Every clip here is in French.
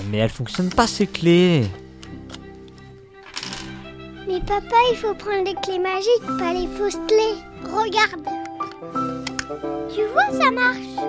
mais elles fonctionnent pas ces clés. Mais papa, il faut prendre les clés magiques, pas les fausses clés. Regarde. Tu vois, ça marche.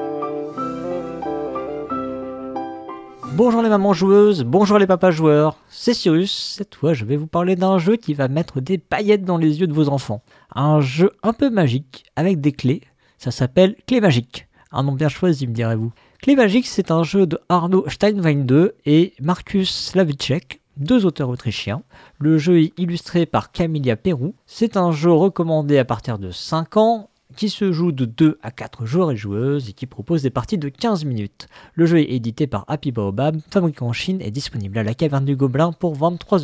Bonjour les mamans joueuses, bonjour les papas joueurs, c'est Cyrus. Cette fois je vais vous parler d'un jeu qui va mettre des paillettes dans les yeux de vos enfants. Un jeu un peu magique avec des clés, ça s'appelle Clés Magiques. Un nom bien choisi me direz-vous. Clés Magiques, c'est un jeu de Arno Steinwein II et Markus Slavicek, deux auteurs autrichiens. Le jeu est illustré par Camilla Perrou. C'est un jeu recommandé à partir de 5 ans, qui se joue de 2 à 4 joueurs et joueuses et qui propose des parties de 15 minutes. Le jeu est édité par Happy Baobab, fabriqué en Chine et disponible à la Caverne du Gobelin pour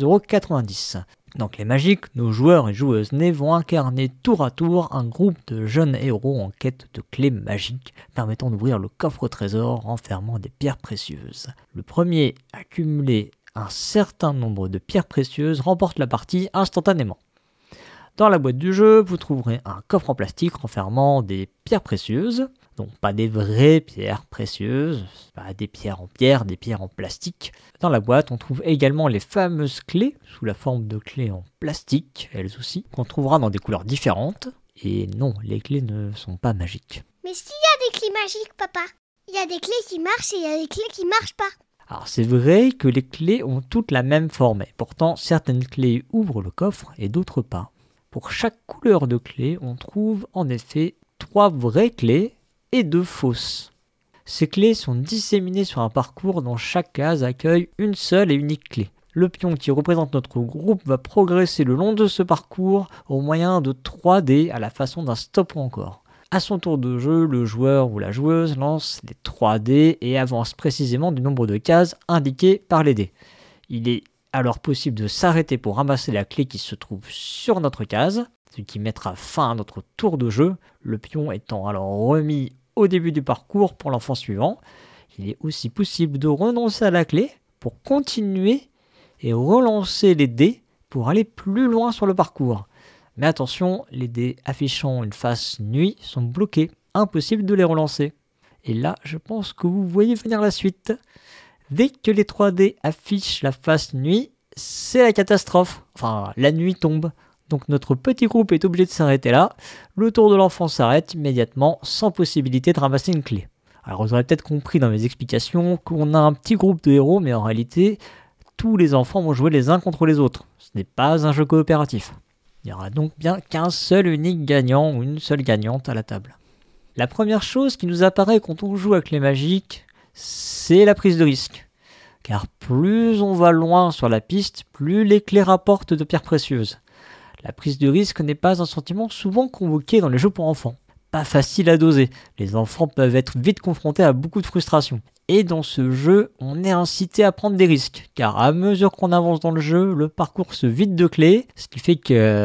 23,90 €. Dans Clés Magiques, nos joueurs et joueuses nés vont incarner tour à tour un groupe de jeunes héros en quête de clés magiques permettant d'ouvrir le coffre au trésor renfermant des pierres précieuses. Le premier à cumuler un certain nombre de pierres précieuses remporte la partie instantanément. Dans la boîte du jeu, vous trouverez un coffre en plastique renfermant des pierres précieuses, donc pas des vraies pierres précieuses, pas des pierres en plastique. Dans la boîte, on trouve également les fameuses clés, sous la forme de clés en plastique, elles aussi, qu'on trouvera dans des couleurs différentes. Et non, les clés ne sont pas magiques. Mais s'il y a des clés magiques, papa, il y a des clés qui marchent et il y a des clés qui marchent pas. Alors c'est vrai que les clés ont toutes la même forme, et pourtant certaines clés ouvrent le coffre et d'autres pas. Pour chaque couleur de clé, on trouve en effet 3 vraies clés et 2 fausses. Ces clés sont disséminées sur un parcours dont chaque case accueille une seule et unique clé. Le pion qui représente notre groupe va progresser le long de ce parcours au moyen de 3 dés à la façon d'un stop ou encore. À son tour de jeu, le joueur ou la joueuse lance les 3 dés et avance précisément du nombre de cases indiquées par les dés. Il est alors possible de s'arrêter pour ramasser la clé qui se trouve sur notre case, ce qui mettra fin à notre tour de jeu, le pion étant alors remis au début du parcours pour l'enfant suivant. Il est aussi possible de renoncer à la clé pour continuer et relancer les dés pour aller plus loin sur le parcours. Mais attention, les dés affichant une face nuit sont bloqués, impossible de les relancer. Et là, je pense que vous voyez venir la suite. Dès que les 3D affichent la face nuit, c'est la catastrophe. Enfin, la nuit tombe. Donc notre petit groupe est obligé de s'arrêter là. Le tour de l'enfant s'arrête immédiatement, sans possibilité de ramasser une clé. Alors vous aurez peut-être compris dans mes explications qu'on a un petit groupe de héros, mais en réalité, tous les enfants vont jouer les uns contre les autres. Ce n'est pas un jeu coopératif. Il n'y aura donc bien qu'un seul unique gagnant ou une seule gagnante à la table. La première chose qui nous apparaît quand on joue à Clés Magiques, c'est la prise de risque. Car plus on va loin sur la piste, plus les clés rapportent de pierres précieuses. La prise de risque n'est pas un sentiment souvent convoqué dans les jeux pour enfants. Pas facile à doser, les enfants peuvent être vite confrontés à beaucoup de frustration. Et dans ce jeu, on est incité à prendre des risques, car à mesure qu'on avance dans le jeu, le parcours se vide de clés, ce qui fait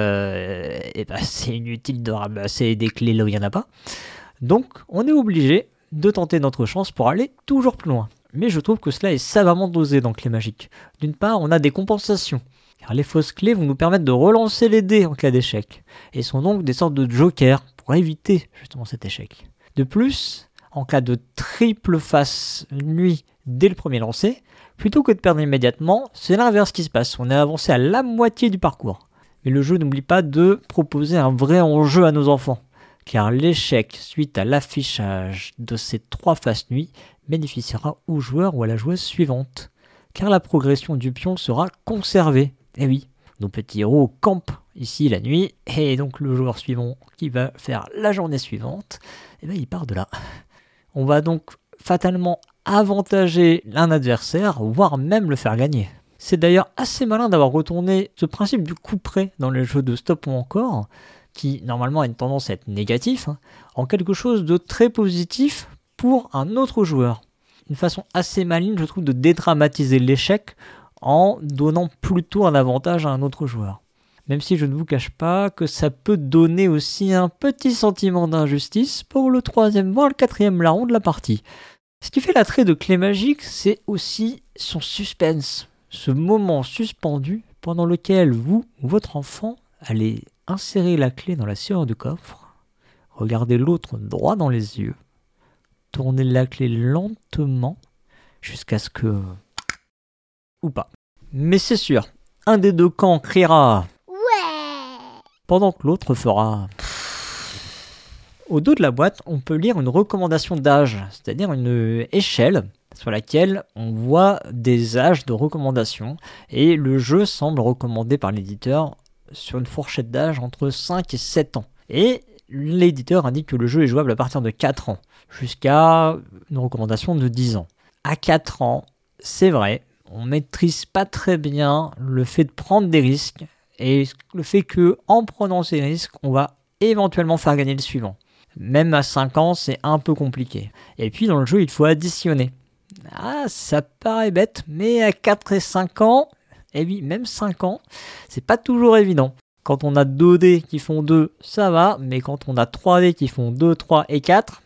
que c'est inutile de ramasser des clés là où il n'y en a pas. Donc on est obligé de tenter notre chance pour aller toujours plus loin. Mais je trouve que cela est savamment dosé dans Clés Magiques. D'une part, on a des compensations, car les fausses clés vont nous permettre de relancer les dés en cas d'échec, et sont donc des sortes de jokers pour éviter justement cet échec. De plus, en cas de triple face nuit dès le premier lancer, plutôt que de perdre immédiatement, c'est l'inverse qui se passe, on est avancé à la moitié du parcours. Mais le jeu n'oublie pas de proposer un vrai enjeu à nos enfants, car l'échec suite à l'affichage de ces 3 faces nuit bénéficiera au joueur ou à la joueuse suivante, car la progression du pion sera conservée. Et oui, nos petits héros campent ici la nuit, et donc le joueur suivant qui va faire la journée suivante, il part de là. On va donc fatalement avantager l'un adversaire, voire même le faire gagner. C'est d'ailleurs assez malin d'avoir retourné ce principe du coup près dans les jeux de stop ou encore, qui normalement a une tendance à être négatif, en quelque chose de très positif pour un autre joueur. Une façon assez maligne, je trouve, de dédramatiser l'échec en donnant plutôt un avantage à un autre joueur. Même si je ne vous cache pas que ça peut donner aussi un petit sentiment d'injustice pour le 3e voire le 4e larron de la partie. Ce qui fait l'attrait de Clés Magiques, c'est aussi son suspense, ce moment suspendu pendant lequel vous ou votre enfant allez insérer la clé dans la serrure du coffre, regardez l'autre droit dans les yeux, tournez la clé lentement jusqu'à ce que ou pas. Mais c'est sûr, un des deux camps criera « Ouais !» pendant que l'autre fera « Au dos de la boîte, on peut lire une recommandation d'âge, c'est-à-dire une échelle sur laquelle on voit des âges de recommandation et le jeu semble recommandé par l'éditeur sur une fourchette d'âge entre 5 et 7 ans. Et l'éditeur indique que le jeu est jouable à partir de 4 ans, jusqu'à une recommandation de 10 ans. À 4 ans, c'est vrai, on maîtrise pas très bien le fait de prendre des risques et le fait que en prenant ces risques, on va éventuellement faire gagner le suivant. Même à 5 ans, c'est un peu compliqué. Et puis dans le jeu, il faut additionner. Ah, ça paraît bête, mais à 4 et 5 ans, et oui, même 5 ans, c'est pas toujours évident. Quand on a 2 dés qui font 2, ça va, mais quand on a 3 dés qui font 2, 3 et 4,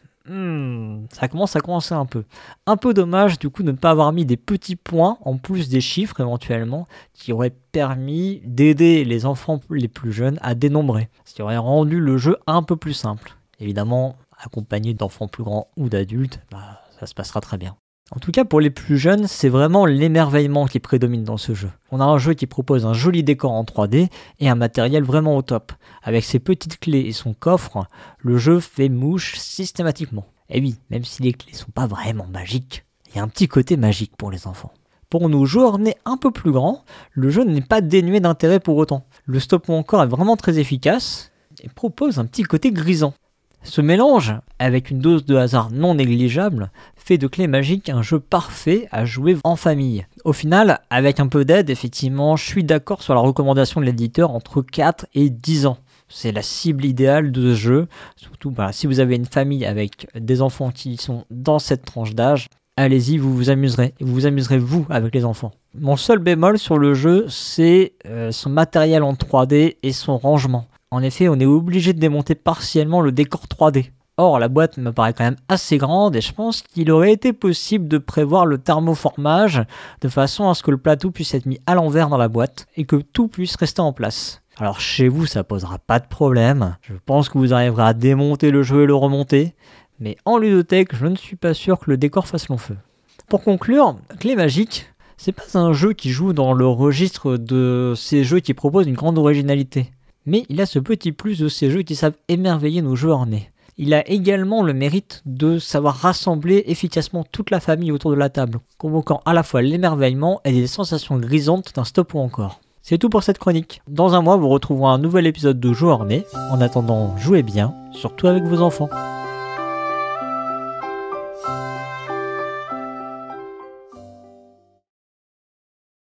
ça commence à coincer un peu. Un peu dommage du coup de ne pas avoir mis des petits points, en plus des chiffres éventuellement, qui auraient permis d'aider les enfants les plus jeunes à dénombrer. Ce qui aurait rendu le jeu un peu plus simple. Évidemment, accompagné d'enfants plus grands ou d'adultes, ça se passera très bien. En tout cas, pour les plus jeunes, c'est vraiment l'émerveillement qui prédomine dans ce jeu. On a un jeu qui propose un joli décor en 3D et un matériel vraiment au top. Avec ses petites clés et son coffre, le jeu fait mouche systématiquement. Et oui, même si les clés sont pas vraiment magiques, il y a un petit côté magique pour les enfants. Pour nos joueurs nés un peu plus grands, le jeu n'est pas dénué d'intérêt pour autant. Le stop ou encore est vraiment très efficace et propose un petit côté grisant. Ce mélange, avec une dose de hasard non négligeable, fait de Clé Magique un jeu parfait à jouer en famille. Au final, avec un peu d'aide, effectivement, je suis d'accord sur la recommandation de l'éditeur entre 4 et 10 ans. C'est la cible idéale de ce jeu, surtout si vous avez une famille avec des enfants qui sont dans cette tranche d'âge, allez-y, vous vous amuserez. Et vous vous amuserez vous avec les enfants. Mon seul bémol sur le jeu, c'est son matériel en 3D et son rangement. En effet, on est obligé de démonter partiellement le décor 3D. Or, la boîte me paraît quand même assez grande et je pense qu'il aurait été possible de prévoir le thermoformage de façon à ce que le plateau puisse être mis à l'envers dans la boîte et que tout puisse rester en place. Alors chez vous, ça posera pas de problème. Je pense que vous arriverez à démonter le jeu et le remonter. Mais en ludothèque, je ne suis pas sûr que le décor fasse long feu. Pour conclure, Clé Magique, c'est pas un jeu qui joue dans le registre de ces jeux qui proposent une grande originalité. Mais il a ce petit plus de ces jeux qui savent émerveiller nos joueurs nés. Il a également le mérite de savoir rassembler efficacement toute la famille autour de la table, convoquant à la fois l'émerveillement et des sensations grisantes d'un stop ou encore. C'est tout pour cette chronique. Dans un mois, vous retrouverez un nouvel épisode de Joueurs nés. En attendant, jouez bien, surtout avec vos enfants.